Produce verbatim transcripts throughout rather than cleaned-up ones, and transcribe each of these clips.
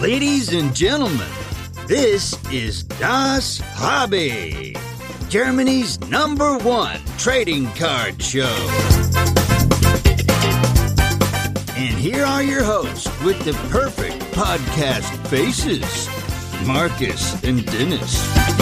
Ladies and gentlemen, this is Das Hobby, Germany's number one trading card show. And here are your hosts with the perfect podcast faces, Marcus and Dennis.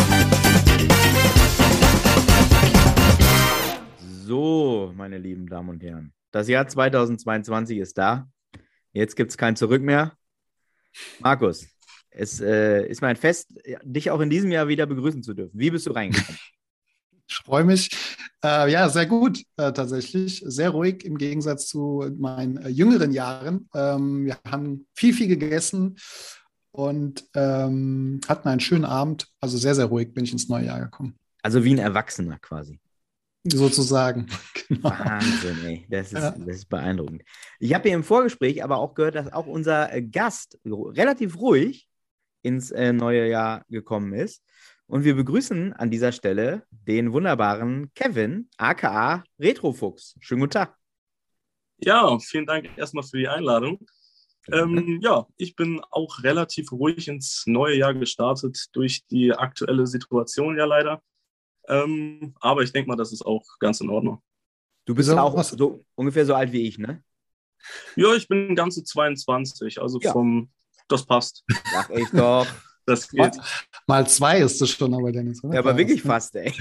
So, meine lieben Damen und Herren, das Jahr zweitausendzweiundzwanzig ist da. Jetzt gibt es kein Zurück mehr. Markus, es äh, ist mir ein Fest, dich auch in diesem Jahr wieder begrüßen zu dürfen. Wie bist du reingekommen? Ich freue mich. Äh, ja, sehr gut, äh, tatsächlich. Sehr ruhig im Gegensatz zu meinen äh, jüngeren Jahren. Ähm, wir haben viel, viel gegessen und ähm, hatten einen schönen Abend. Also sehr, sehr ruhig bin ich ins neue Jahr gekommen. Also wie ein Erwachsener quasi. Sozusagen. Genau. Wahnsinn, ey. Das ist, Ja. das ist beeindruckend. Ich habe hier im Vorgespräch aber auch gehört, dass auch unser äh, Gast ru- relativ ruhig ins äh, neue Jahr gekommen ist. Und wir begrüßen an dieser Stelle den wunderbaren Kevin, aka Retrofuchs. Schönen guten Tag. Ja, vielen Dank erstmal für die Einladung. Ähm, ja, ich bin auch relativ ruhig ins neue Jahr gestartet durch die aktuelle Situation ja leider. Ähm, aber ich denke mal, das ist auch ganz in Ordnung. Du bist So, auch was- so ungefähr so alt wie ich, ne? Ja, ich bin ganze zweiundzwanzig, also Ja. vom, das passt, Sag ich doch. das Mal, geht. mal zwei ist das schon, aber Dennis, oder? Ja, aber wirklich Ja. fast, ey.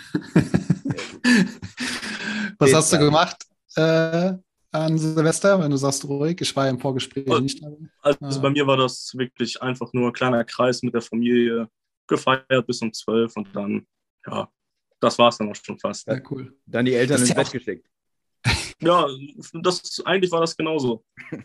Was Geht hast du dann. gemacht äh, an Silvester, wenn du sagst ruhig? Ich war ja im Vorgespräch Oh. nicht dabei. Also Ah. bei mir war das wirklich einfach nur ein kleiner Kreis mit der Familie, gefeiert bis um zwölf und dann, ja, das war es dann auch schon fast. Sehr cool. Dann die Eltern Das ist ins ja Bett auch- geschickt. Ja, das, eigentlich war das genauso.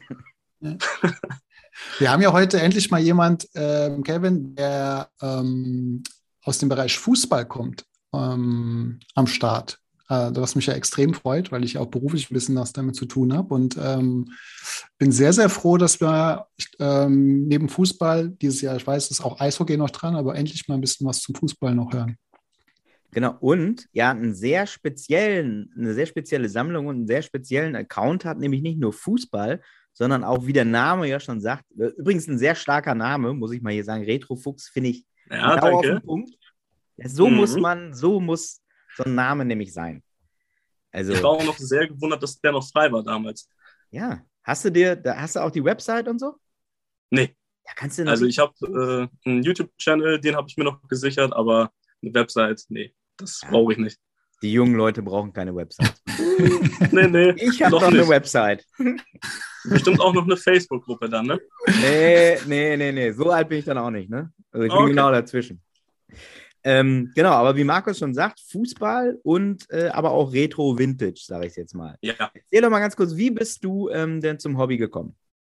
Wir haben ja heute endlich mal jemand, ähm, Kevin, der ähm, aus dem Bereich Fußball kommt, ähm, am Start. Äh, was mich ja extrem freut, weil ich auch beruflich ein bisschen was damit zu tun habe. Und ähm, bin sehr, sehr froh, dass wir ähm, neben Fußball dieses Jahr, ich weiß, es ist auch Eishockey noch dran, aber endlich mal ein bisschen was zum Fußball noch hören. Genau, und ja, einen sehr speziellen, eine sehr spezielle Sammlung und einen sehr speziellen Account hat, nämlich nicht nur Fußball, sondern auch, wie der Name ja schon sagt, übrigens ein sehr starker Name, muss ich mal hier sagen, Retrofuchs finde ich Ja, genau auf den danke. Punkt. Ja, so Mhm. muss man, so muss so ein Name nämlich sein. Also, Ich war auch noch sehr gewundert, dass der noch frei war damals. ja, hast du dir, da hast du auch die Website und so? Nee, Ja, kannst du noch also ich habe äh, einen YouTube-Channel, den habe ich mir noch gesichert, aber eine Website, nee, das Ja. brauche ich nicht. Die jungen Leute brauchen keine Website. Nee, nee, Ich habe doch doch eine nicht. Website. Bestimmt auch noch eine Facebook-Gruppe dann, ne? Nee, nee, nee, nee. So alt bin ich dann auch nicht, ne? Also ich bin Okay. genau dazwischen. Ähm, genau, aber wie Markus schon sagt, Fußball und äh, aber auch Retro-Vintage, sage ich jetzt mal. Ja, Erzähl doch mal ganz kurz, wie bist du ähm, denn zum Hobby gekommen?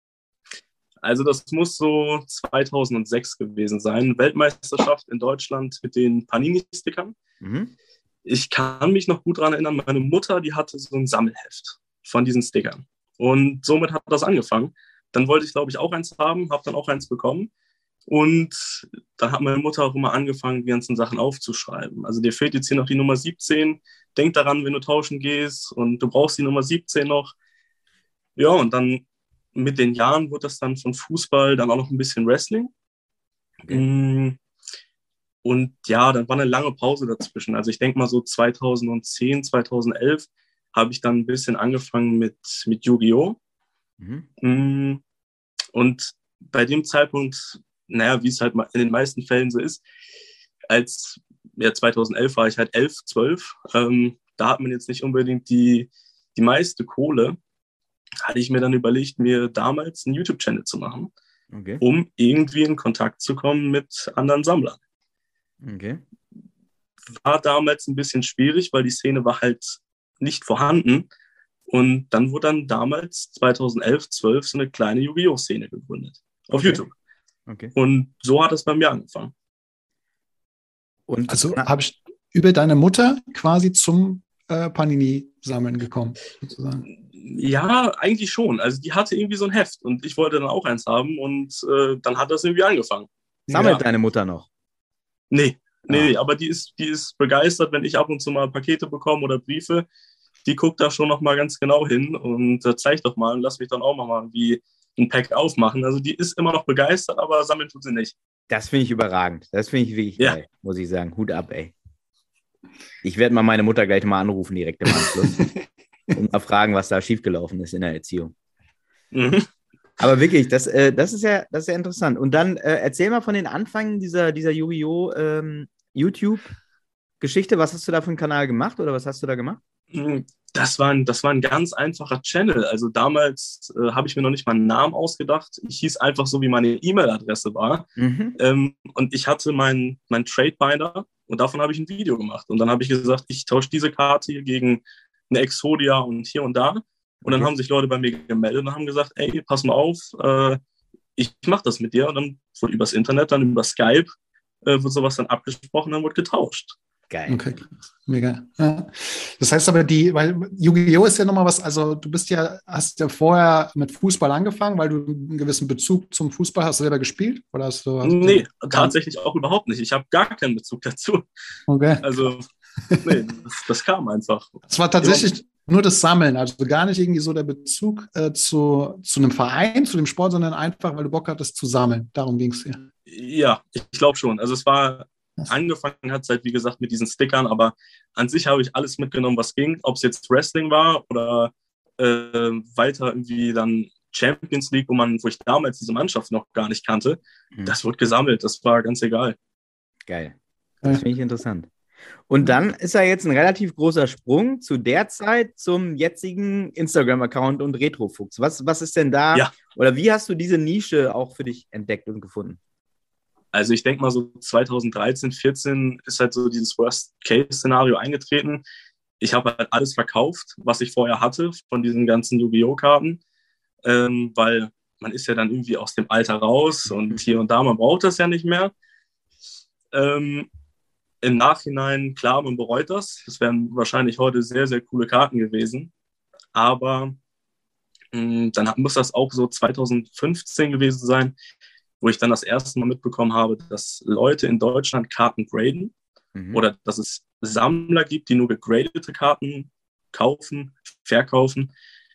also das muss so zweitausendsechs gewesen sein. Weltmeisterschaft in Deutschland mit den Panini-Stickern. Mhm. Ich kann mich noch gut daran erinnern, meine Mutter, die hatte so ein Sammelheft von diesen Stickern. Und somit hat das angefangen. Dann wollte ich, glaube ich, auch eins haben, habe dann auch eins bekommen. Und dann hat meine Mutter auch immer angefangen, die ganzen Sachen aufzuschreiben. Also dir fehlt jetzt hier noch die Nummer siebzehn. Denk daran, wenn du tauschen gehst und du brauchst die Nummer siebzehn noch. Ja, und dann mit den Jahren wurde das dann von Fußball dann auch noch ein bisschen Wrestling. Okay. Mm. Und ja, dann war eine lange Pause dazwischen. Also ich denke mal so zweitausendzehn, zweitausendelf habe ich dann ein bisschen angefangen mit, mit Yu-Gi-Oh! Mhm. Mm. Und bei dem Zeitpunkt, naja, wie es halt in den meisten Fällen so ist, als ja, zweitausendelf war ich halt elf, zwölf, ähm, da hat man jetzt nicht unbedingt die, die meiste Kohle, hatte ich mir dann überlegt, mir damals einen YouTube-Channel zu machen, Okay. um irgendwie in Kontakt zu kommen mit anderen Sammlern. Okay. War damals ein bisschen schwierig, weil die Szene war halt nicht vorhanden. Und dann wurde dann damals zweitausendelf, zwölf so eine kleine Yu-Gi-Oh! Szene gegründet auf Okay. YouTube. Okay. Und so hat es bei mir angefangen. Und Also na, habe ich über deine Mutter quasi zum äh, Panini-Sammeln gekommen, sozusagen. Ja, eigentlich schon. Also die hatte irgendwie so ein Heft und ich wollte dann auch eins haben und äh, dann hat das irgendwie angefangen. sammelt Ja. deine Mutter noch? Nee, nee, Ah. aber die ist, die ist begeistert, wenn ich ab und zu mal Pakete bekomme oder Briefe. Die guckt da schon noch mal ganz genau hin und äh, zeigt doch mal und lass mich dann auch mal, wie, ein Pack aufmachen. Also die ist immer noch begeistert, aber sammeln tut sie nicht. Das finde ich überragend. Das finde ich wirklich Ja. geil, muss ich sagen. Hut ab, ey. Ich werde mal meine Mutter gleich mal anrufen, direkt im Anschluss. Und mal fragen, was da schiefgelaufen ist in der Erziehung. Mhm. Aber wirklich, das, äh, das, ist ja, das ist ja interessant. Und dann äh, erzähl mal von den Anfängen dieser, dieser Yu-Gi-Oh! Ähm, YouTube-Geschichte. Was hast du da für einen Kanal gemacht oder was hast du da gemacht? Das war ein, das war ein ganz einfacher Channel. Also damals äh, habe ich mir noch nicht mal einen Namen ausgedacht. Ich hieß einfach so, wie meine E-Mail-Adresse war. Mhm. Ähm, und ich hatte meinen mein Trade-Binder und davon habe ich ein Video gemacht. Und dann habe ich gesagt, ich tausche diese Karte hier gegen eine Exodia und hier und da. Und dann Okay. haben sich Leute bei mir gemeldet und haben gesagt, ey, pass mal auf, äh, ich mache das mit dir. Und dann wurde übers Internet, dann über Skype, äh, wird sowas dann abgesprochen, dann wird getauscht. Geil. Okay, krass. Mega. Ja. Das heißt aber, die, weil Yu-Gi-Oh! Ist ja nochmal was, also du bist ja, hast ja vorher mit Fußball angefangen, weil du einen gewissen Bezug zum Fußball hast, du selber gespielt? Oder hast du, hast Nee, du tatsächlich auch überhaupt nicht. Ich habe gar keinen Bezug dazu. Okay. Also, nee, das, das kam einfach. Es war tatsächlich nur das Sammeln, also gar nicht irgendwie so der Bezug äh, zu, zu einem Verein, zu dem Sport, sondern einfach, weil du Bock hattest zu sammeln. Darum ging es dir. Ja, ich glaube schon. Also es war, angefangen hat es halt, wie gesagt, mit diesen Stickern, aber an sich habe ich alles mitgenommen, was ging. Ob es jetzt Wrestling war oder äh, weiter irgendwie dann Champions League, wo man, wo ich damals diese Mannschaft noch gar nicht kannte, Mhm. das wurde gesammelt. Das war ganz egal. Geil. Das finde ich interessant. Und dann ist ja jetzt ein relativ großer Sprung zu der Zeit zum jetzigen Instagram-Account und Retrofuchs. Was, was ist denn da? Ja. Oder wie hast du diese Nische auch für dich entdeckt und gefunden? Also ich denke mal so zweitausenddreizehn, vierzehn ist halt so dieses Worst-Case-Szenario eingetreten. Ich habe halt alles verkauft, was ich vorher hatte von diesen ganzen Yu-Gi-Oh! Karten, ähm, weil man ist ja dann irgendwie aus dem Alter raus und hier und da, man braucht das ja nicht mehr. Ähm, Im Nachhinein, klar, man bereut das. Das wären wahrscheinlich heute sehr, sehr coole Karten gewesen. Aber mh, dann muss das auch so zweitausendfünfzehn gewesen sein, wo ich dann das erste Mal mitbekommen habe, dass Leute in Deutschland Karten graden Mhm. oder dass es Sammler gibt, die nur gegradete Karten kaufen, verkaufen.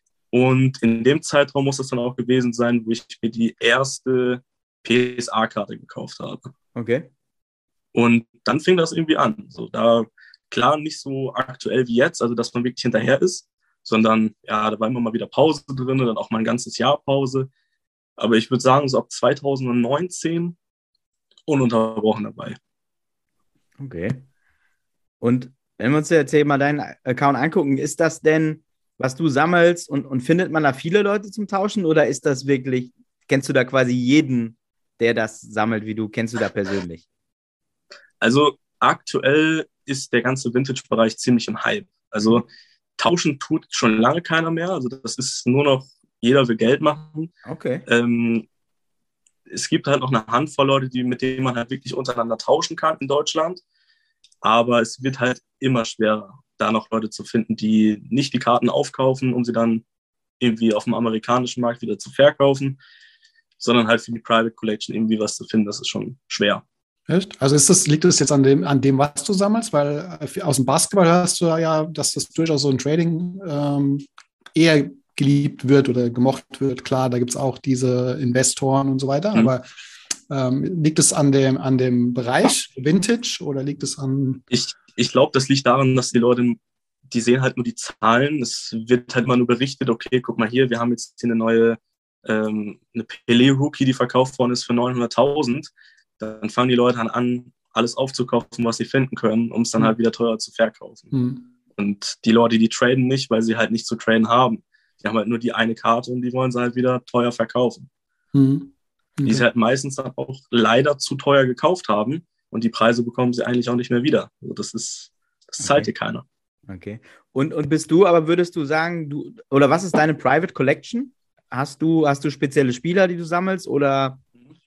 Und in dem Zeitraum muss es dann auch gewesen sein, wo ich mir die erste P S A-Karte gekauft habe. Okay. Und dann fing das irgendwie an. So, da klar nicht so aktuell wie jetzt, also dass man wirklich hinterher ist, sondern ja, da war immer mal wieder Pause drin, dann auch mal ein ganzes Jahr Pause. Aber ich würde sagen, so ab zweitausendneunzehn ununterbrochen dabei. Okay. Und wenn wir uns jetzt hier mal deinen Account angucken, ist das denn, was du sammelst und, und findet man da viele Leute zum Tauschen oder ist das wirklich, kennst du da quasi jeden, der das sammelt wie du, kennst du da persönlich? Also aktuell ist der ganze Vintage-Bereich ziemlich im Hype. Also tauschen tut schon lange keiner mehr. Also das ist nur noch, jeder will Geld machen. Okay. Ähm, es gibt halt noch eine Handvoll Leute, die, mit denen man halt wirklich untereinander tauschen kann in Deutschland. Aber es wird halt immer schwerer, da noch Leute zu finden, die nicht die Karten aufkaufen, um sie dann irgendwie auf dem amerikanischen Markt wieder zu verkaufen, sondern halt für die Private Collection irgendwie was zu finden. Das ist schon schwer. Echt? Also ist das, liegt das jetzt an dem, an dem, was du sammelst? Weil äh, aus dem Basketball hörst du ja, dass das durchaus so ein Trading ähm, eher geliebt wird oder gemocht wird. Klar, da gibt es auch diese Investoren und so weiter. Mhm. Aber ähm, liegt es an dem, an dem Bereich Vintage oder liegt es an... Ich, ich glaube, das liegt daran, dass die Leute, die sehen halt nur die Zahlen. Es wird halt immer nur berichtet, okay, guck mal hier, wir haben jetzt hier eine neue, ähm, eine Pelé-Rookie, die verkauft worden ist für neunhunderttausend. Dann fangen die Leute an, alles aufzukaufen, was sie finden können, um es dann Mhm. halt wieder teurer zu verkaufen. Hm. Und die Leute, die traden nicht, weil sie halt nicht zu traden haben. Die haben halt nur die eine Karte und die wollen sie halt wieder teuer verkaufen. Hm. Die Okay. sie halt meistens dann auch leider zu teuer gekauft haben und die Preise bekommen sie eigentlich auch nicht mehr wieder. Also das ist, das zahlt Okay. dir keiner. Okay. Und, und bist du, aber würdest du sagen, du, oder was ist deine Private Collection? Hast du, hast du spezielle Spieler, die du sammelst oder?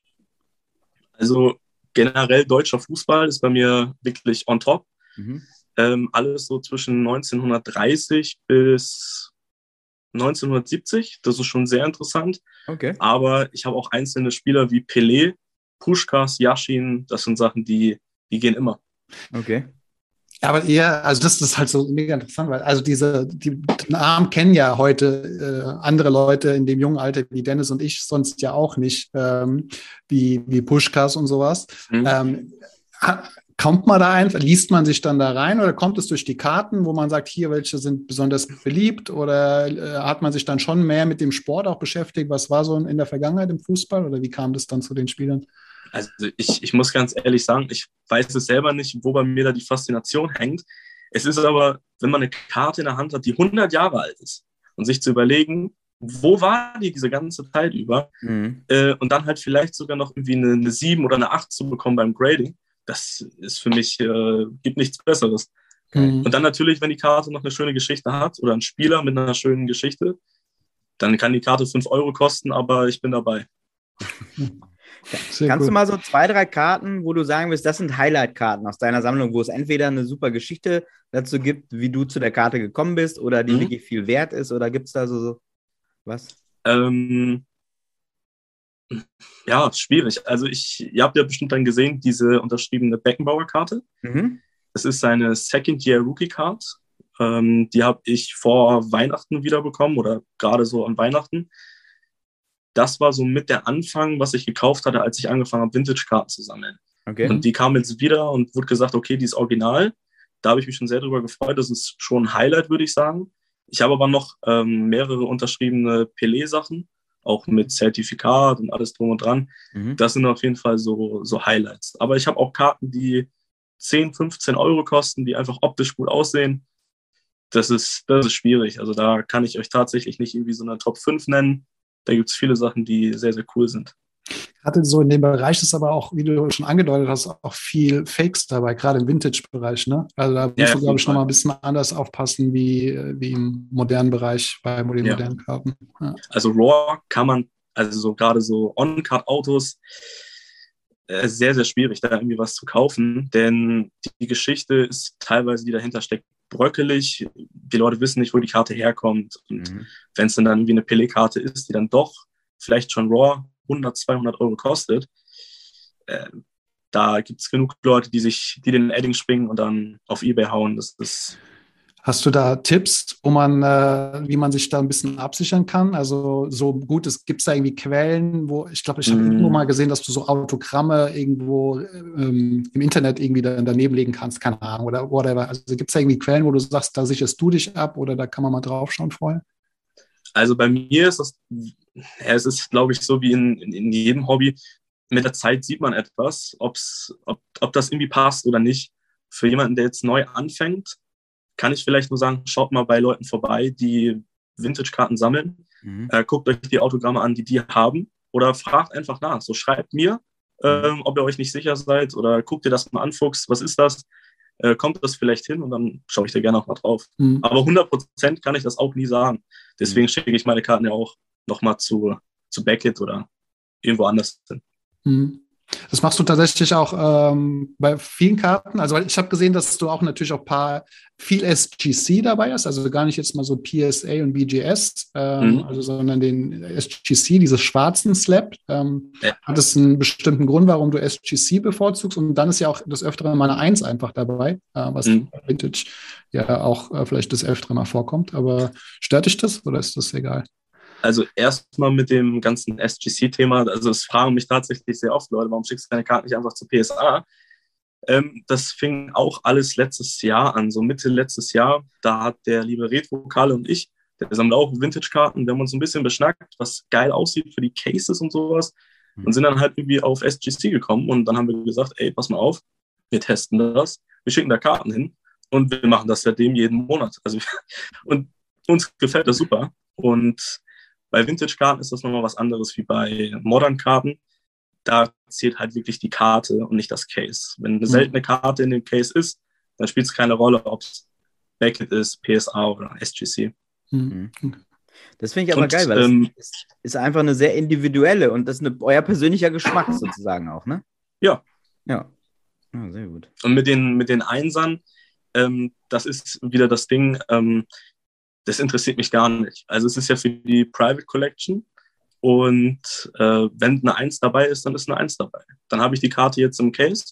Also generell deutscher Fußball ist bei mir wirklich on top. Mhm. Ähm, alles so zwischen neunzehnhundertdreißig bis neunzehnhundertsiebzig. Das ist schon sehr interessant. Okay. Aber ich habe auch einzelne Spieler wie Pelé, Puschkas, Yashin. Das sind Sachen, die, die gehen immer. Okay. Ja, aber eher, also das ist halt so mega interessant, weil also diese, die Namen kennen ja heute äh, andere Leute in dem jungen Alter wie Dennis und ich sonst ja auch nicht, ähm, wie, wie Puschkas und sowas. Mhm. Ähm, ha, kommt man da einfach, liest man sich dann da rein oder kommt es durch die Karten, wo man sagt, hier, welche sind besonders beliebt oder äh, hat man sich dann schon mehr mit dem Sport auch beschäftigt? Was war so in der Vergangenheit im Fußball oder wie kam das dann zu den Spielern? Also ich, ich muss ganz ehrlich sagen, ich weiß es selber nicht, wo bei mir da die Faszination hängt. Es ist aber, wenn man eine Karte in der Hand hat, die hundert Jahre alt ist und sich zu überlegen, wo war die diese ganze Zeit über Mhm. äh, und dann halt vielleicht sogar noch irgendwie eine, eine sieben oder eine acht zu bekommen beim Grading, das ist für mich, äh, gibt nichts Besseres. Mhm. Und dann natürlich, wenn die Karte noch eine schöne Geschichte hat oder ein Spieler mit einer schönen Geschichte, dann kann die Karte fünf Euro kosten, aber ich bin dabei. Sehr Kannst cool. du mal so zwei, drei Karten, wo du sagen willst, das sind Highlight-Karten aus deiner Sammlung, wo es entweder eine super Geschichte dazu gibt, wie du zu der Karte gekommen bist oder die Mhm. wirklich viel wert ist, oder gibt es da so, so was? Ähm, ja, schwierig. Also ich, ihr habt ja bestimmt dann gesehen, diese unterschriebene Beckenbauer-Karte. Mhm. Das ist seine Second-Year-Rookie-Card. Ähm, die habe ich vor Weihnachten wiederbekommen oder gerade so an Weihnachten. Das war so mit der Anfang, was ich gekauft hatte, als ich angefangen habe, Vintage-Karten zu sammeln. Okay. Und die kam jetzt wieder und wurde gesagt, okay, die ist original. Da habe ich mich schon sehr drüber gefreut. Das ist schon ein Highlight, würde ich sagen. Ich habe aber noch ähm, mehrere unterschriebene Pelé-Sachen, auch mit Zertifikat und alles drum und dran. Mhm. Das sind auf jeden Fall so, so Highlights. Aber ich habe auch Karten, die zehn, fünfzehn Euro kosten, die einfach optisch gut aussehen. Das ist, das ist schwierig. Also da kann ich euch tatsächlich nicht irgendwie so eine Top fünf nennen. Da gibt es viele Sachen, die sehr, sehr cool sind. Gerade so in dem Bereich ist aber auch, wie du schon angedeutet hast, auch viel Fakes dabei, gerade im Vintage-Bereich. Ne? Also da musst Ja, du, auf glaube jeden ich, nochmal Fall. ein bisschen anders aufpassen wie, wie im modernen Bereich bei den Ja. modernen Karten. Ja. Also Raw kann man, also so gerade so On-Card-Autos, äh, sehr, sehr schwierig, da irgendwie was zu kaufen, denn die, die Geschichte ist teilweise, die dahinter steckt, bröckelig. Die Leute wissen nicht, wo die Karte herkommt. Und Mhm. wenn es dann, dann irgendwie eine Pelé-Karte ist, die dann doch vielleicht schon Raw hundert, zweihundert Euro kostet, äh, da gibt es genug Leute, die sich, die den Edding springen und dann auf eBay hauen. Das ist Hast du da Tipps, wo man, äh, wie man sich da ein bisschen absichern kann? Also so gut, es gibt da irgendwie Quellen, wo ich glaube, ich habe Mm. irgendwo mal gesehen, dass du so Autogramme irgendwo ähm, im Internet irgendwie da, daneben legen kannst, keine Ahnung, oder whatever. Also gibt es da irgendwie Quellen, wo du sagst, da sicherst du dich ab oder da kann man mal draufschauen vorher? Also bei mir ist das, ja, es ist, glaube ich, so wie in, in, in jedem Hobby. Mit der Zeit sieht man etwas, ob's, ob, ob das irgendwie passt oder nicht. Für jemanden, der jetzt neu anfängt, kann ich vielleicht nur sagen, schaut mal bei Leuten vorbei, die Vintage-Karten sammeln. Mhm. Äh, guckt euch die Autogramme an, die die haben. Oder fragt einfach nach. So schreibt mir, ähm, ob ihr euch nicht sicher seid. Oder guckt ihr das mal an, Fuchs, was ist das? Äh, kommt das vielleicht hin? Und dann schaue ich da gerne auch mal drauf. Mhm. Aber hundert Prozent kann ich das auch nie sagen. Deswegen schicke ich meine Karten ja auch nochmal zu, zu Beckett oder irgendwo anders hin. Mhm. Das machst du tatsächlich auch ähm, bei vielen Karten. Also ich habe gesehen, dass du auch natürlich auch paar viel S G C dabei hast, also gar nicht jetzt mal so P S A und V G S, ähm, Mhm. also sondern den S G C, dieses schwarzen Slab. Ähm, Ja. Hat es einen bestimmten Grund, warum du S G C bevorzugst? Und dann ist ja auch das Öfteren mal eine eins einfach dabei, äh, was Mhm. Vintage ja auch äh, vielleicht das Öfteren mal vorkommt. Aber stört dich das oder ist das egal? Also erstmal mit dem ganzen S G C-Thema, also es fragen mich tatsächlich sehr oft Leute, warum schickst du deine Karte nicht einfach zu P S A? Ähm, das fing auch alles letztes Jahr an, so Mitte letztes Jahr. Da hat der liebe Retro-Kale und ich, der sammelt auch Vintage-Karten, wir haben uns ein bisschen beschnackt, was geil aussieht für die Cases und sowas und sind dann halt irgendwie auf S G C gekommen und dann haben wir gesagt, ey, pass mal auf, wir testen das, wir schicken da Karten hin und wir machen das seitdem jeden Monat. Also, und uns gefällt das super und bei Vintage-Karten ist das nochmal was anderes wie bei Modern-Karten. Da zählt halt wirklich die Karte und nicht das Case. Wenn eine seltene Karte in dem Case ist, dann spielt es keine Rolle, ob es Beckett ist, P S A oder S G C. Mhm. Das finde ich aber Und, geil, weil ähm, das ist, ist einfach eine sehr individuelle und das ist eine, euer persönlicher Geschmack sozusagen auch, ne? Ja. Ja. Ja, sehr gut. Und mit den, mit den Einsern, ähm, das ist wieder das Ding, ähm, das interessiert mich gar nicht. Also es ist ja für die Private Collection und äh, wenn eine Eins dabei ist, dann ist eine Eins dabei. Dann habe ich die Karte jetzt im Case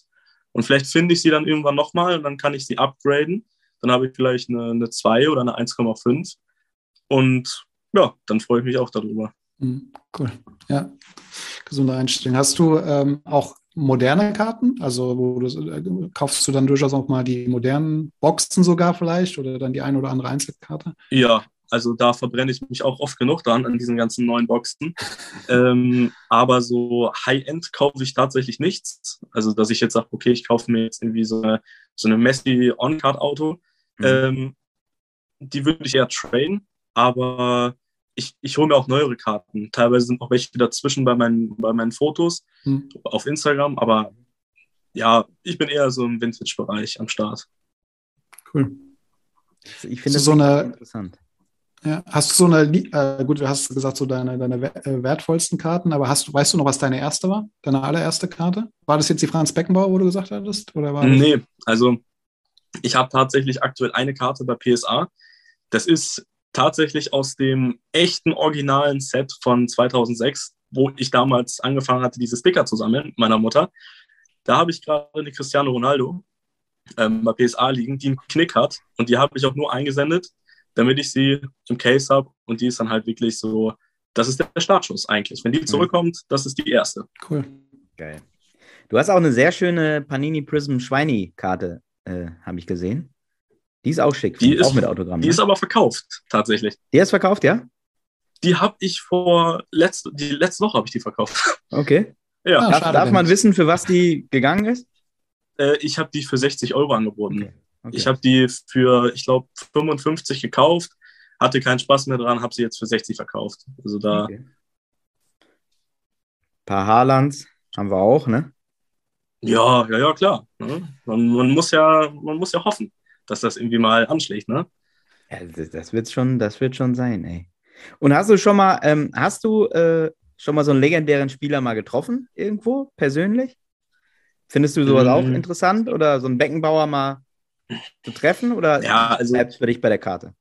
Und vielleicht finde ich sie dann irgendwann nochmal und dann kann ich sie upgraden. Dann habe ich vielleicht eine, eine zwei oder eine eins Komma fünf. Und ja, dann freue ich mich auch darüber. Mhm, cool. Ja, gesunde Einstellung. Hast du ähm, auch moderne Karten? Also wo du, äh, kaufst du dann durchaus auch mal die modernen Boxen sogar vielleicht oder dann die eine oder andere Einzelkarte? Ja, also da verbrenne ich mich auch oft genug dran an diesen ganzen neuen Boxen. ähm, aber so High-End kaufe ich tatsächlich nichts. Also dass ich jetzt sage, okay, ich kaufe mir jetzt irgendwie so eine, so eine Messi-On-Card-Auto. Mhm. Ähm, die würde ich eher traden, aber ich, ich hole mir auch neuere Karten. Teilweise sind auch welche dazwischen bei meinen, bei meinen Fotos mhm. auf Instagram, aber ja, ich bin eher so im Vintage-Bereich am Start. Cool. Ich finde das so eine, interessant. Ja, hast du so eine, äh, gut, du hast gesagt, so deine, deine wertvollsten Karten, aber hast, weißt du noch, was deine erste war? Deine allererste Karte? War das jetzt die Franz Beckenbauer, wo du gesagt hattest? Oder war nee, das... also ich habe tatsächlich aktuell eine Karte bei P S A. Das ist tatsächlich aus dem echten originalen Set von zweitausendsechs, wo ich damals angefangen hatte, diese Sticker zu sammeln mit meiner Mutter. Da habe ich gerade eine Cristiano Ronaldo ähm, bei P S A liegen, die einen Knick hat. Und die habe ich auch nur eingesendet, damit ich sie im Case habe. Und die ist dann halt wirklich so, das ist der Startschuss eigentlich. Wenn die zurückkommt, das ist die erste. Cool. Geil. Du hast auch eine sehr schöne Panini Prism Schweini-Karte, äh, habe ich gesehen. Die ist auch schick, die ist, auch mit Autogramm. Die ne? ist aber verkauft, tatsächlich. Die ist verkauft, ja? Die habe ich vor, letzte, die letzte Woche habe ich die verkauft. Okay. Ja. Ah, darf darf man wissen, für was die gegangen ist? Äh, ich habe die für sechzig Euro angeboten. Okay. Okay. Ich habe die für, ich glaube, fünfundfünfzig gekauft, hatte keinen Spaß mehr dran, habe sie jetzt für sechzig verkauft. Also da. Okay. Ein paar Haalands haben wir auch, ne? Ja, ja, ja, klar. Ne? Man, man, muss ja, man muss ja hoffen, dass das irgendwie mal anschlägt, ne? Ja, das, das wird schon, das wird schon sein, ey. Und hast du schon mal, ähm, hast du äh, schon mal so einen legendären Spieler mal getroffen, irgendwo, persönlich? Findest du sowas mm. auch interessant? Oder so einen Beckenbauer mal zu treffen? Oder ja, also, bleibst du für dich bei der Karte?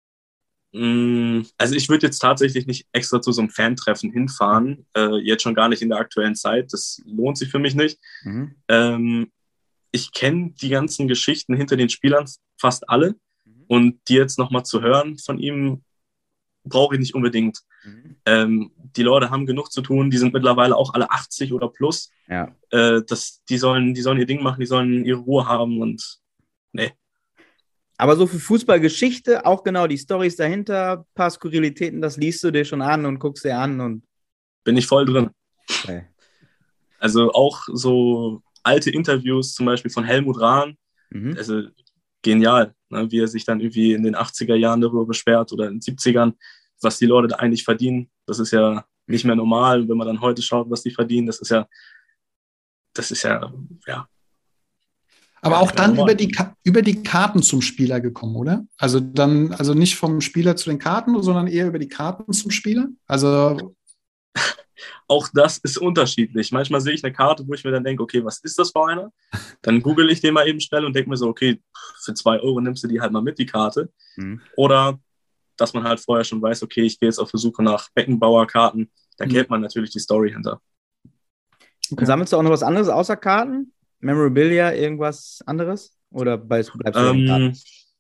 Also ich würde jetzt tatsächlich nicht extra zu so einem Fan-Treffen hinfahren, äh, jetzt schon gar nicht in der aktuellen Zeit, das lohnt sich für mich nicht. Mhm. Ähm, ich kenne die ganzen Geschichten hinter den Spielern fast alle mhm. und die jetzt nochmal zu hören von ihm, brauche ich nicht unbedingt. Mhm. Ähm, die Leute haben genug zu tun, die sind mittlerweile auch alle achtzig oder plus. Ja. Äh, das, die, sollen, die sollen ihr Ding machen, die sollen ihre Ruhe haben und nee. Aber so für Fußballgeschichte, auch genau die Storys dahinter, ein paar Skurrilitäten, das liest du dir schon an und guckst dir an. Und bin ich voll drin. Okay. Also auch so alte Interviews, zum Beispiel von Helmut Rahn, mhm. also genial, ne, wie er sich dann irgendwie in den achtziger Jahren darüber beschwert oder in den siebzigern, was die Leute da eigentlich verdienen. Das ist ja nicht mehr normal. Und wenn man dann heute schaut, was die verdienen, das ist ja, das ist ja, ja. Aber auch dann über die, über die Karten zum Spieler gekommen, oder? Also dann, also nicht vom Spieler zu den Karten, sondern eher über die Karten zum Spieler? Also auch das ist unterschiedlich. Manchmal sehe ich eine Karte, wo ich mir dann denke, okay, was ist das für eine? Dann google ich den mal eben schnell und denke mir so, okay, für zwei Euro nimmst du die halt mal mit, die Karte. Mhm. Oder dass man halt vorher schon weiß, okay, ich gehe jetzt auf die Suche nach Beckenbauer-Karten. Da mhm. kennt man natürlich die Story hinter. Okay. Und sammelst du auch noch was anderes außer Karten? Memorabilia, irgendwas anderes? Oder bleibst, bleibst du ähm, Karten?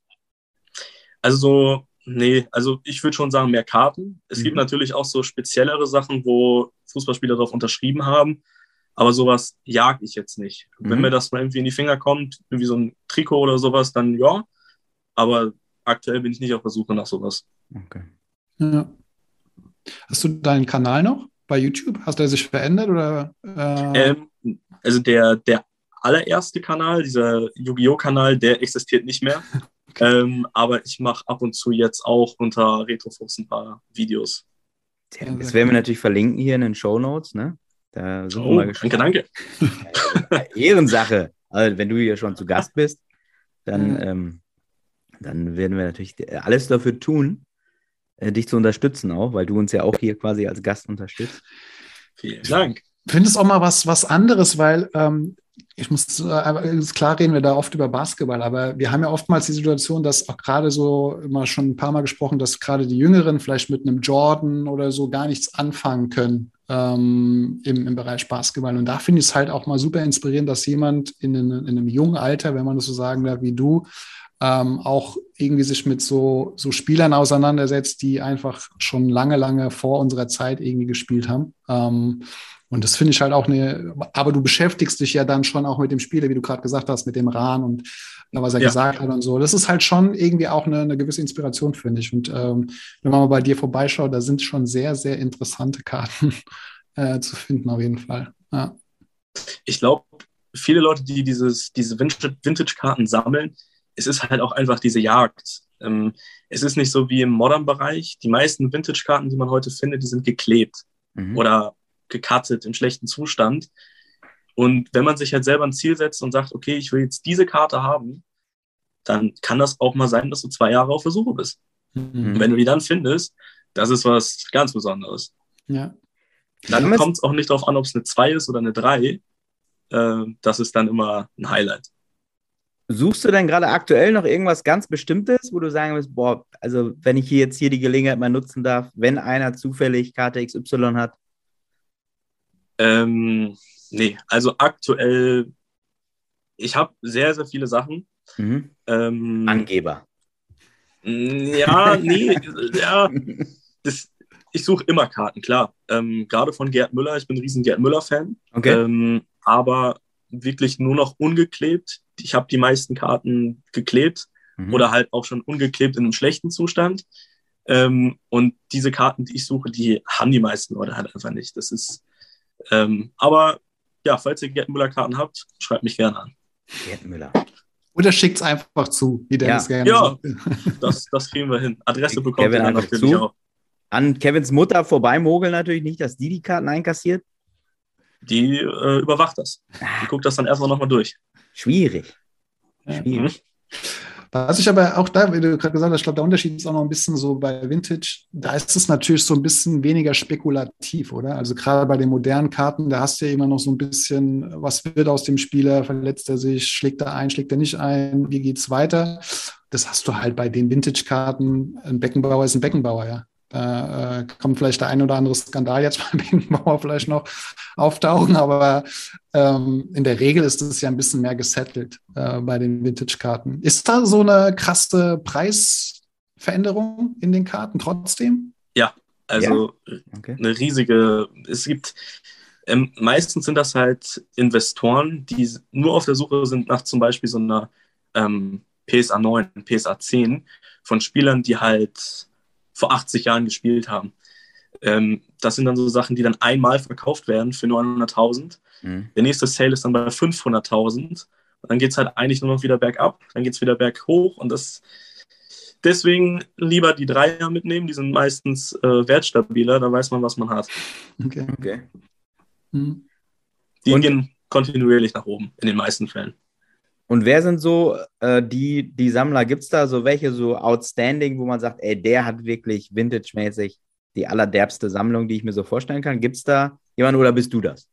Also, nee, also ich würde schon sagen, mehr Karten. Es mhm. gibt natürlich auch so speziellere Sachen, wo Fußballspieler darauf unterschrieben haben, aber sowas jag ich jetzt nicht. Mhm. Wenn mir das mal irgendwie in die Finger kommt, irgendwie so ein Trikot oder sowas, dann ja, aber aktuell bin ich nicht auf der Suche nach sowas. Okay. Ja. Hast du deinen Kanal noch bei YouTube? Hast der sich verändert? Oder, äh... ähm, also der, der allererste Kanal, dieser Yu-Gi-Oh! Kanal, der existiert nicht mehr. Okay. Ähm, aber ich mache ab und zu jetzt auch unter Retrofuchs ein paar Videos. Ja, das werden wir natürlich verlinken hier in den Shownotes, ne? Da sind oh, wir mal gespannt. Danke, danke. Ehrensache. Also wenn du hier schon zu Gast bist, dann, ja. ähm, dann werden wir natürlich alles dafür tun, äh, dich zu unterstützen auch, weil du uns ja auch hier quasi als Gast unterstützt. Vielen Dank. Ich finde es auch mal was, was anderes, weil ähm, ich muss, äh, klar reden wir da oft über Basketball, aber wir haben ja oftmals die Situation, dass auch gerade so, immer schon ein paar Mal gesprochen, dass gerade die Jüngeren vielleicht mit einem Jordan oder so gar nichts anfangen können. Äh, ähm, im, im Bereich Basketball. Und da finde ich es halt auch mal super inspirierend, dass jemand in, in, in einem jungen Alter, wenn man das so sagen darf, wie du, ähm, auch irgendwie sich mit so, so Spielern auseinandersetzt, die einfach schon lange, lange vor unserer Zeit irgendwie gespielt haben. Ähm, und das finde ich halt auch eine, aber du beschäftigst dich ja dann schon auch mit dem Spieler, wie du gerade gesagt hast, mit dem Rahn und was er Ja. gesagt hat und so. Das ist halt schon irgendwie auch eine, eine gewisse Inspiration, finde ich. Und ähm, wenn man mal bei dir vorbeischaut, da sind schon sehr, sehr interessante Karten äh, zu finden, auf jeden Fall. Ja. Ich glaube, viele Leute, die dieses, diese Vintage-Karten sammeln, es ist halt auch einfach diese Jagd. Ähm, es ist nicht so wie im Modern-Bereich. Die meisten Vintage-Karten, die man heute findet, die sind geklebt Mhm. oder gecuttet im schlechten Zustand. Und wenn man sich halt selber ein Ziel setzt und sagt, okay, ich will jetzt diese Karte haben, dann kann das auch mal sein, dass du zwei Jahre auf der Suche bist. Mhm. Und wenn du die dann findest, das ist was ganz Besonderes. Ja. Dann Damals- kommt es auch nicht darauf an, ob es eine zwei ist oder eine drei. Äh, das ist dann immer ein Highlight. Suchst du denn gerade aktuell noch irgendwas ganz Bestimmtes, wo du sagen wirst, boah, also wenn ich hier jetzt hier die Gelegenheit mal nutzen darf, wenn einer zufällig Karte X Y hat? Ähm, nee, also aktuell, ich habe sehr, sehr viele Sachen. Mhm. Ähm, Angeber. ja, nee, ja, das, ich suche immer Karten, klar. Ähm, gerade von Gerd Müller, ich bin ein riesen Gerd Müller-Fan. Okay. Ähm, aber wirklich nur noch ungeklebt. Ich habe die meisten Karten geklebt Mhm. oder halt auch schon ungeklebt in einem schlechten Zustand. Ähm, und diese Karten, die ich suche, die haben die meisten Leute halt einfach nicht. Das ist, ähm, aber ja, falls ihr Gerd Müller-Karten habt, schreibt mich gerne an. Gerd Müller. Oder schickt es einfach zu, wie Dennis Ja. gerne Ja. sagt. Das, das kriegen wir hin. Adresse Kevin bekommt ihr dann einfach natürlich zu. auch. An Kevins Mutter vorbeimogeln natürlich nicht, dass die die Karten einkassiert. Die äh, überwacht das. Die guckt das dann erstmal nochmal durch. Schwierig. Ja. Schwierig. Was ich aber auch da, wie du gerade gesagt hast, ich glaube, der Unterschied ist auch noch ein bisschen so bei Vintage, da ist es natürlich so ein bisschen weniger spekulativ, oder? Also gerade bei den modernen Karten, da hast du ja immer noch so ein bisschen, was wird aus dem Spieler, verletzt er sich, schlägt er ein, schlägt er nicht ein, wie geht's weiter? Das hast du halt bei den Vintage-Karten, ein Beckenbauer ist ein Beckenbauer, ja. Da äh, kommt vielleicht der ein oder andere Skandal jetzt beim Beckenbauer vielleicht noch auftauchen, aber ähm, in der Regel ist es ja ein bisschen mehr gesettelt äh, bei den Vintage-Karten. Ist da so eine krasse Preisveränderung in den Karten trotzdem? Ja, also Okay. eine riesige, es gibt, ähm, meistens sind das halt Investoren, die nur auf der Suche sind nach zum Beispiel so einer ähm, P S A neun, P S A zehn von Spielern, die halt vor achtzig Jahren gespielt haben. Ähm, das sind dann so Sachen, die dann einmal verkauft werden für neunhunderttausend. Mhm. Der nächste Sale ist dann bei fünfhunderttausend. Dann geht es halt eigentlich nur noch wieder bergab, dann geht es wieder berghoch und das deswegen lieber die Dreier mitnehmen, die sind meistens äh, wertstabiler, da weiß man, was man hat. Okay. Okay. Hm. Die Und- gehen kontinuierlich nach oben, in den meisten Fällen. Und wer sind so äh, die, die Sammler? Gibt es da so welche so outstanding, wo man sagt, ey, der hat wirklich vintage-mäßig die allerderbste Sammlung, die ich mir so vorstellen kann? Gibt es da jemanden oder bist du das?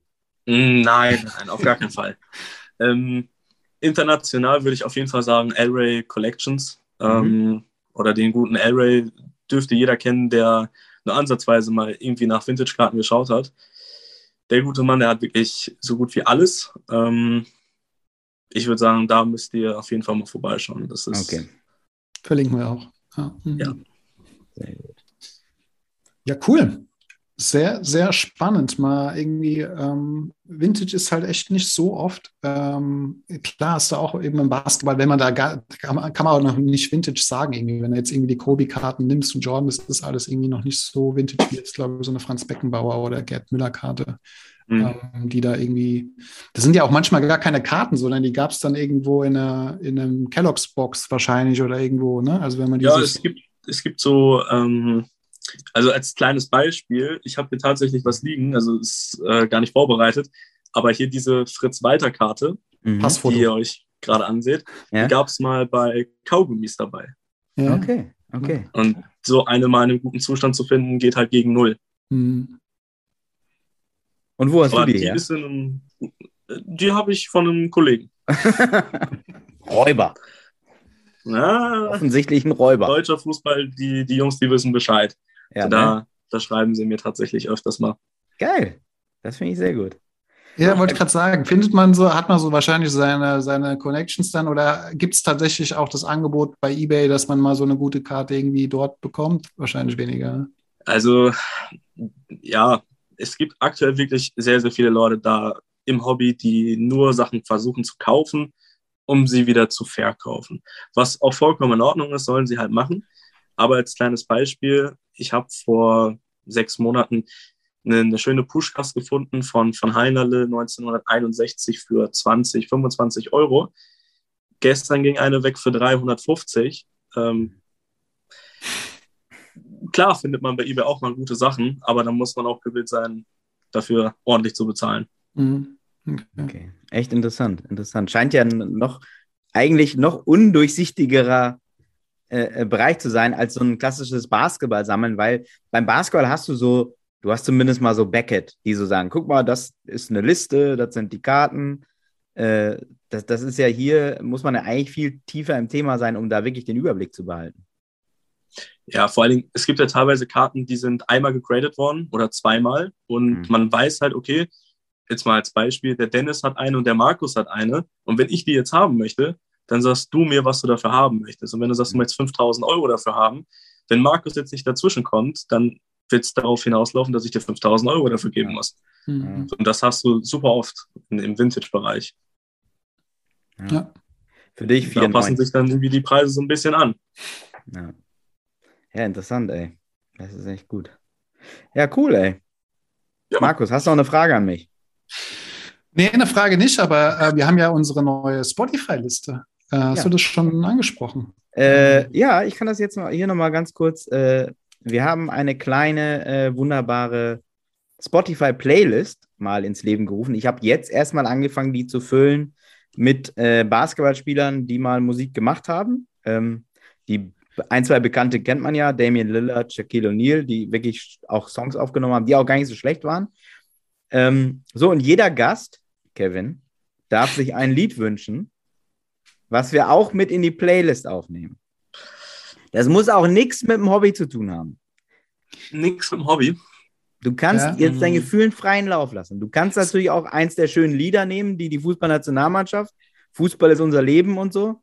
Mm, Nein, nein, auf gar keinen Fall. Ähm, international würde ich auf jeden Fall sagen El-Ray Collections ähm, oder den guten El-Ray dürfte jeder kennen, der nur ansatzweise mal irgendwie nach Vintage-Karten geschaut hat. Der gute Mann, der hat wirklich so gut wie alles. Ähm, ich würde sagen, da müsst ihr auf jeden Fall mal vorbeischauen. Das ist Okay. Verlinken wir auch. Ja. Mhm. Ja. Sehr gut. Ja, cool. Sehr, sehr spannend. Mal irgendwie, ähm, Vintage ist halt echt nicht so oft. Ähm, klar hast du auch eben im Basketball, wenn man da gar, kann man, kann man auch noch nicht Vintage sagen, irgendwie. Wenn du jetzt irgendwie die Kobe-Karten nimmst und Jordan, ist das alles irgendwie noch nicht so Vintage wie jetzt, glaube ich, so eine Franz Beckenbauer oder Gerd Müller-Karte. Mhm. Ähm, die da irgendwie, das sind ja auch manchmal gar keine Karten, sondern die gab es dann irgendwo in, einer, in einem Kellogg's-Box wahrscheinlich oder irgendwo, ne? Also wenn man Ja, dieses, es gibt, es gibt so, ähm, also als kleines Beispiel, ich habe hier tatsächlich was liegen, also ist äh, gar nicht vorbereitet, aber hier diese Fritz-Walter-Karte, Mhm. Passfoto. die ihr euch gerade anseht, Ja? die gab es mal bei Kaugummis dabei. Ja. Okay, okay. Und so eine mal in einem guten Zustand zu finden, geht halt gegen null. Hm. Und wo hast Aber du die die her? ist in einem, die habe ich von einem Kollegen. Räuber. Ja, Offensichtlich ein Räuber. deutscher Fußball, die, die Jungs, die wissen Bescheid. Ja, da, ne? da schreiben sie mir tatsächlich öfters mal. Geil. Das finde ich sehr gut. Ja, wollte ich gerade sagen, findet man so, hat man so wahrscheinlich seine, seine Connections dann oder gibt es tatsächlich auch das Angebot bei eBay, dass man mal so eine gute Karte irgendwie dort bekommt? Wahrscheinlich weniger. Ne? Also, ja, es gibt aktuell wirklich sehr, sehr viele Leute da im Hobby, die nur Sachen versuchen zu kaufen, um sie wieder zu verkaufen. Was auch vollkommen in Ordnung ist, sollen sie halt machen. Aber als kleines Beispiel, ich habe vor sechs Monaten eine, eine schöne Pushkas gefunden von, von Heinerle neunzehnhunderteinundsechzig für zwanzig, fünfundzwanzig Euro. Gestern ging eine weg für dreihundertfünfzig. Ähm, klar findet man bei eBay auch mal gute Sachen, aber dann muss man auch gewillt sein, dafür ordentlich zu bezahlen. Mhm. Okay. Okay. Echt interessant, interessant. Scheint ja noch eigentlich noch undurchsichtigerer äh, Bereich zu sein als so ein klassisches Basketball-Sammeln, weil beim Basketball hast du so, du hast zumindest mal so Beckett, die so sagen, guck mal, das ist eine Liste, das sind die Karten. Äh, das, das ist ja hier, muss man ja eigentlich viel tiefer im Thema sein, um da wirklich den Überblick zu behalten. Ja, vor allen Dingen, es gibt ja teilweise Karten, die sind einmal gegradet worden oder zweimal und mhm. man weiß halt, okay, jetzt mal als Beispiel, der Dennis hat eine und der Markus hat eine und wenn ich die jetzt haben möchte, dann sagst du mir, was du dafür haben möchtest. Und wenn du sagst, du möchtest fünftausend Euro dafür haben, wenn Markus jetzt nicht dazwischen kommt, dann wird es darauf hinauslaufen, dass ich dir fünftausend Euro dafür geben muss. Mhm. Und das hast du super oft in, im Vintage-Bereich. Ja. ja. Für dich vierundneunzig. Da passen sich dann irgendwie die Preise so ein bisschen an. Ja. Ja, interessant, ey. Das ist echt gut. Ja, cool, ey. Ja. Markus, hast du noch eine Frage an mich? Nee, eine Frage nicht, aber äh, wir haben ja unsere neue Spotify-Liste. Äh, hast ja. du das schon angesprochen? Äh, ja, ich kann das jetzt noch, hier nochmal ganz kurz. Äh, wir haben eine kleine, äh, wunderbare Spotify-Playlist mal ins Leben gerufen. Ich habe jetzt erstmal angefangen, die zu füllen mit äh, Basketballspielern, die mal Musik gemacht haben. Ähm, die ein, zwei Bekannte kennt man ja, Damian Lillard, Shaquille O'Neal, die wirklich auch Songs aufgenommen haben, die auch gar nicht so schlecht waren. Ähm, so, und jeder Gast, Kevin, darf sich ein Lied wünschen, was wir auch mit in die Playlist aufnehmen. Das muss auch nichts mit dem Hobby zu tun haben. Nichts mit dem Hobby? Du kannst ja. jetzt deinen Gefühlen freien Lauf lassen. Du kannst natürlich auch eins der schönen Lieder nehmen, die die Fußballnationalmannschaft, Fußball ist unser Leben und so.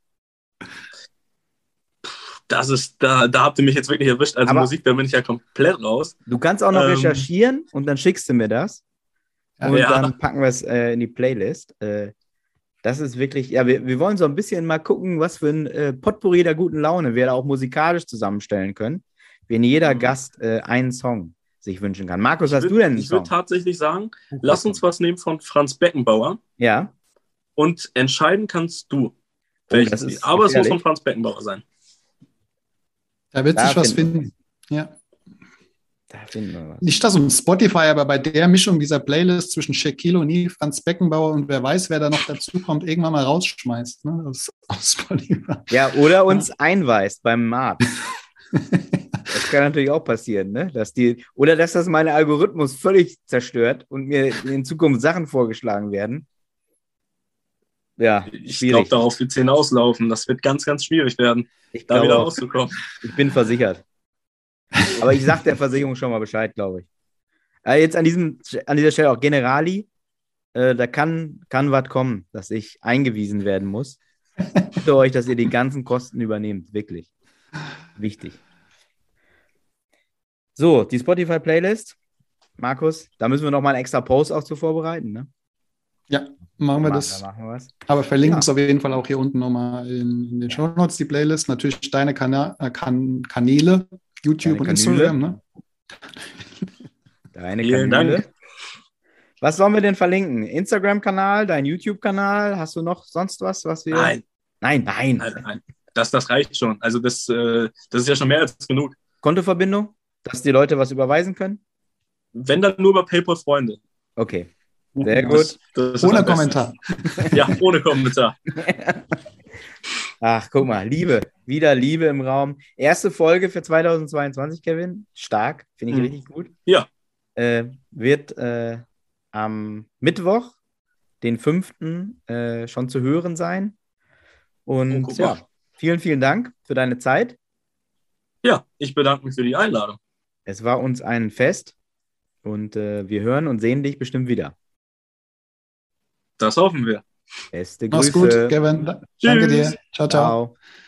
Das ist, da, da habt ihr mich jetzt wirklich erwischt. Also aber Musik, da bin ich ja komplett raus. Du kannst auch noch ähm, recherchieren und dann schickst du mir das. Und ja. dann packen wir es äh, in die Playlist. Äh, das ist wirklich, ja, wir, wir wollen so ein bisschen mal gucken, was für ein äh, Potpourri der guten Laune wir da auch musikalisch zusammenstellen können, wenn jeder mhm. Gast äh, einen Song sich wünschen kann. Markus, hast würd, du denn einen Ich Song? würde tatsächlich sagen, oh, lass uns was nehmen von Franz Beckenbauer. Ja. Und entscheiden kannst du, welches oh, Lied. Aber gefährlich. Es muss von Franz Beckenbauer sein. Da wird da sich was finden. finden. Ja. Da finden wir was. Nicht das um Spotify, aber bei der Mischung dieser Playlist zwischen Shaquille O'Neal, Franz Beckenbauer und wer weiß, wer da noch dazu kommt, irgendwann mal rausschmeißt. Ne? Aus, aus Spotify. Ja, oder uns ja. einweist beim Markt. Das kann natürlich auch passieren, ne? Dass die, oder dass das meinen Algorithmus völlig zerstört und mir in Zukunft Sachen vorgeschlagen werden. Ja, ich glaube, darauf wird es hinauslaufen. Das wird ganz, ganz schwierig werden, ich da wieder auch. rauszukommen. Ich bin versichert. Aber ich sage der Versicherung schon mal Bescheid, glaube ich. Äh, jetzt an, diesem, an dieser Stelle auch Generali, äh, da kann, kann was kommen, dass ich eingewiesen werden muss. Ich bitte euch, dass ihr die ganzen Kosten übernehmt, wirklich. Wichtig. So, die Spotify-Playlist. Markus, da müssen wir noch mal einen extra Post auch zu vorbereiten, ne? Ja, machen wir das. Da machen wir was. Aber verlinken es ja. auf jeden Fall auch hier unten nochmal in, in den Shownotes, die Playlist. Natürlich deine Kana- äh, kan- Kanäle, YouTube deine und Kanüle. Instagram. Ne? Deine Vielen Kanäle. Dank. Was sollen wir denn verlinken? Instagram-Kanal, dein YouTube-Kanal? Hast du noch sonst was, was wir... Nein. Nein, nein. nein, nein. Das, das reicht schon. Also das, äh, das ist ja schon mehr als genug. Kontoverbindung? Dass die Leute was überweisen können? Wenn dann nur über PayPal-Freunde. Okay. Sehr gut. Das, das ohne Kommentar. Ja, ohne Kommentar. Ach, guck mal, Liebe. Wieder Liebe im Raum. Erste Folge für zweitausendzweiundzwanzig, Kevin. Stark, finde ich mhm. richtig gut. Ja. Äh, wird äh, am Mittwoch, den fünften Äh, schon zu hören sein. Und oh, ja, vielen, vielen Dank für deine Zeit. Ja, ich bedanke mich für die Einladung. Es war uns ein Fest. Und äh, wir hören und sehen dich bestimmt wieder. Das hoffen wir. Beste Mach's Grüße. gut, Kevin. Danke dir. Ciao, ciao. Ciao.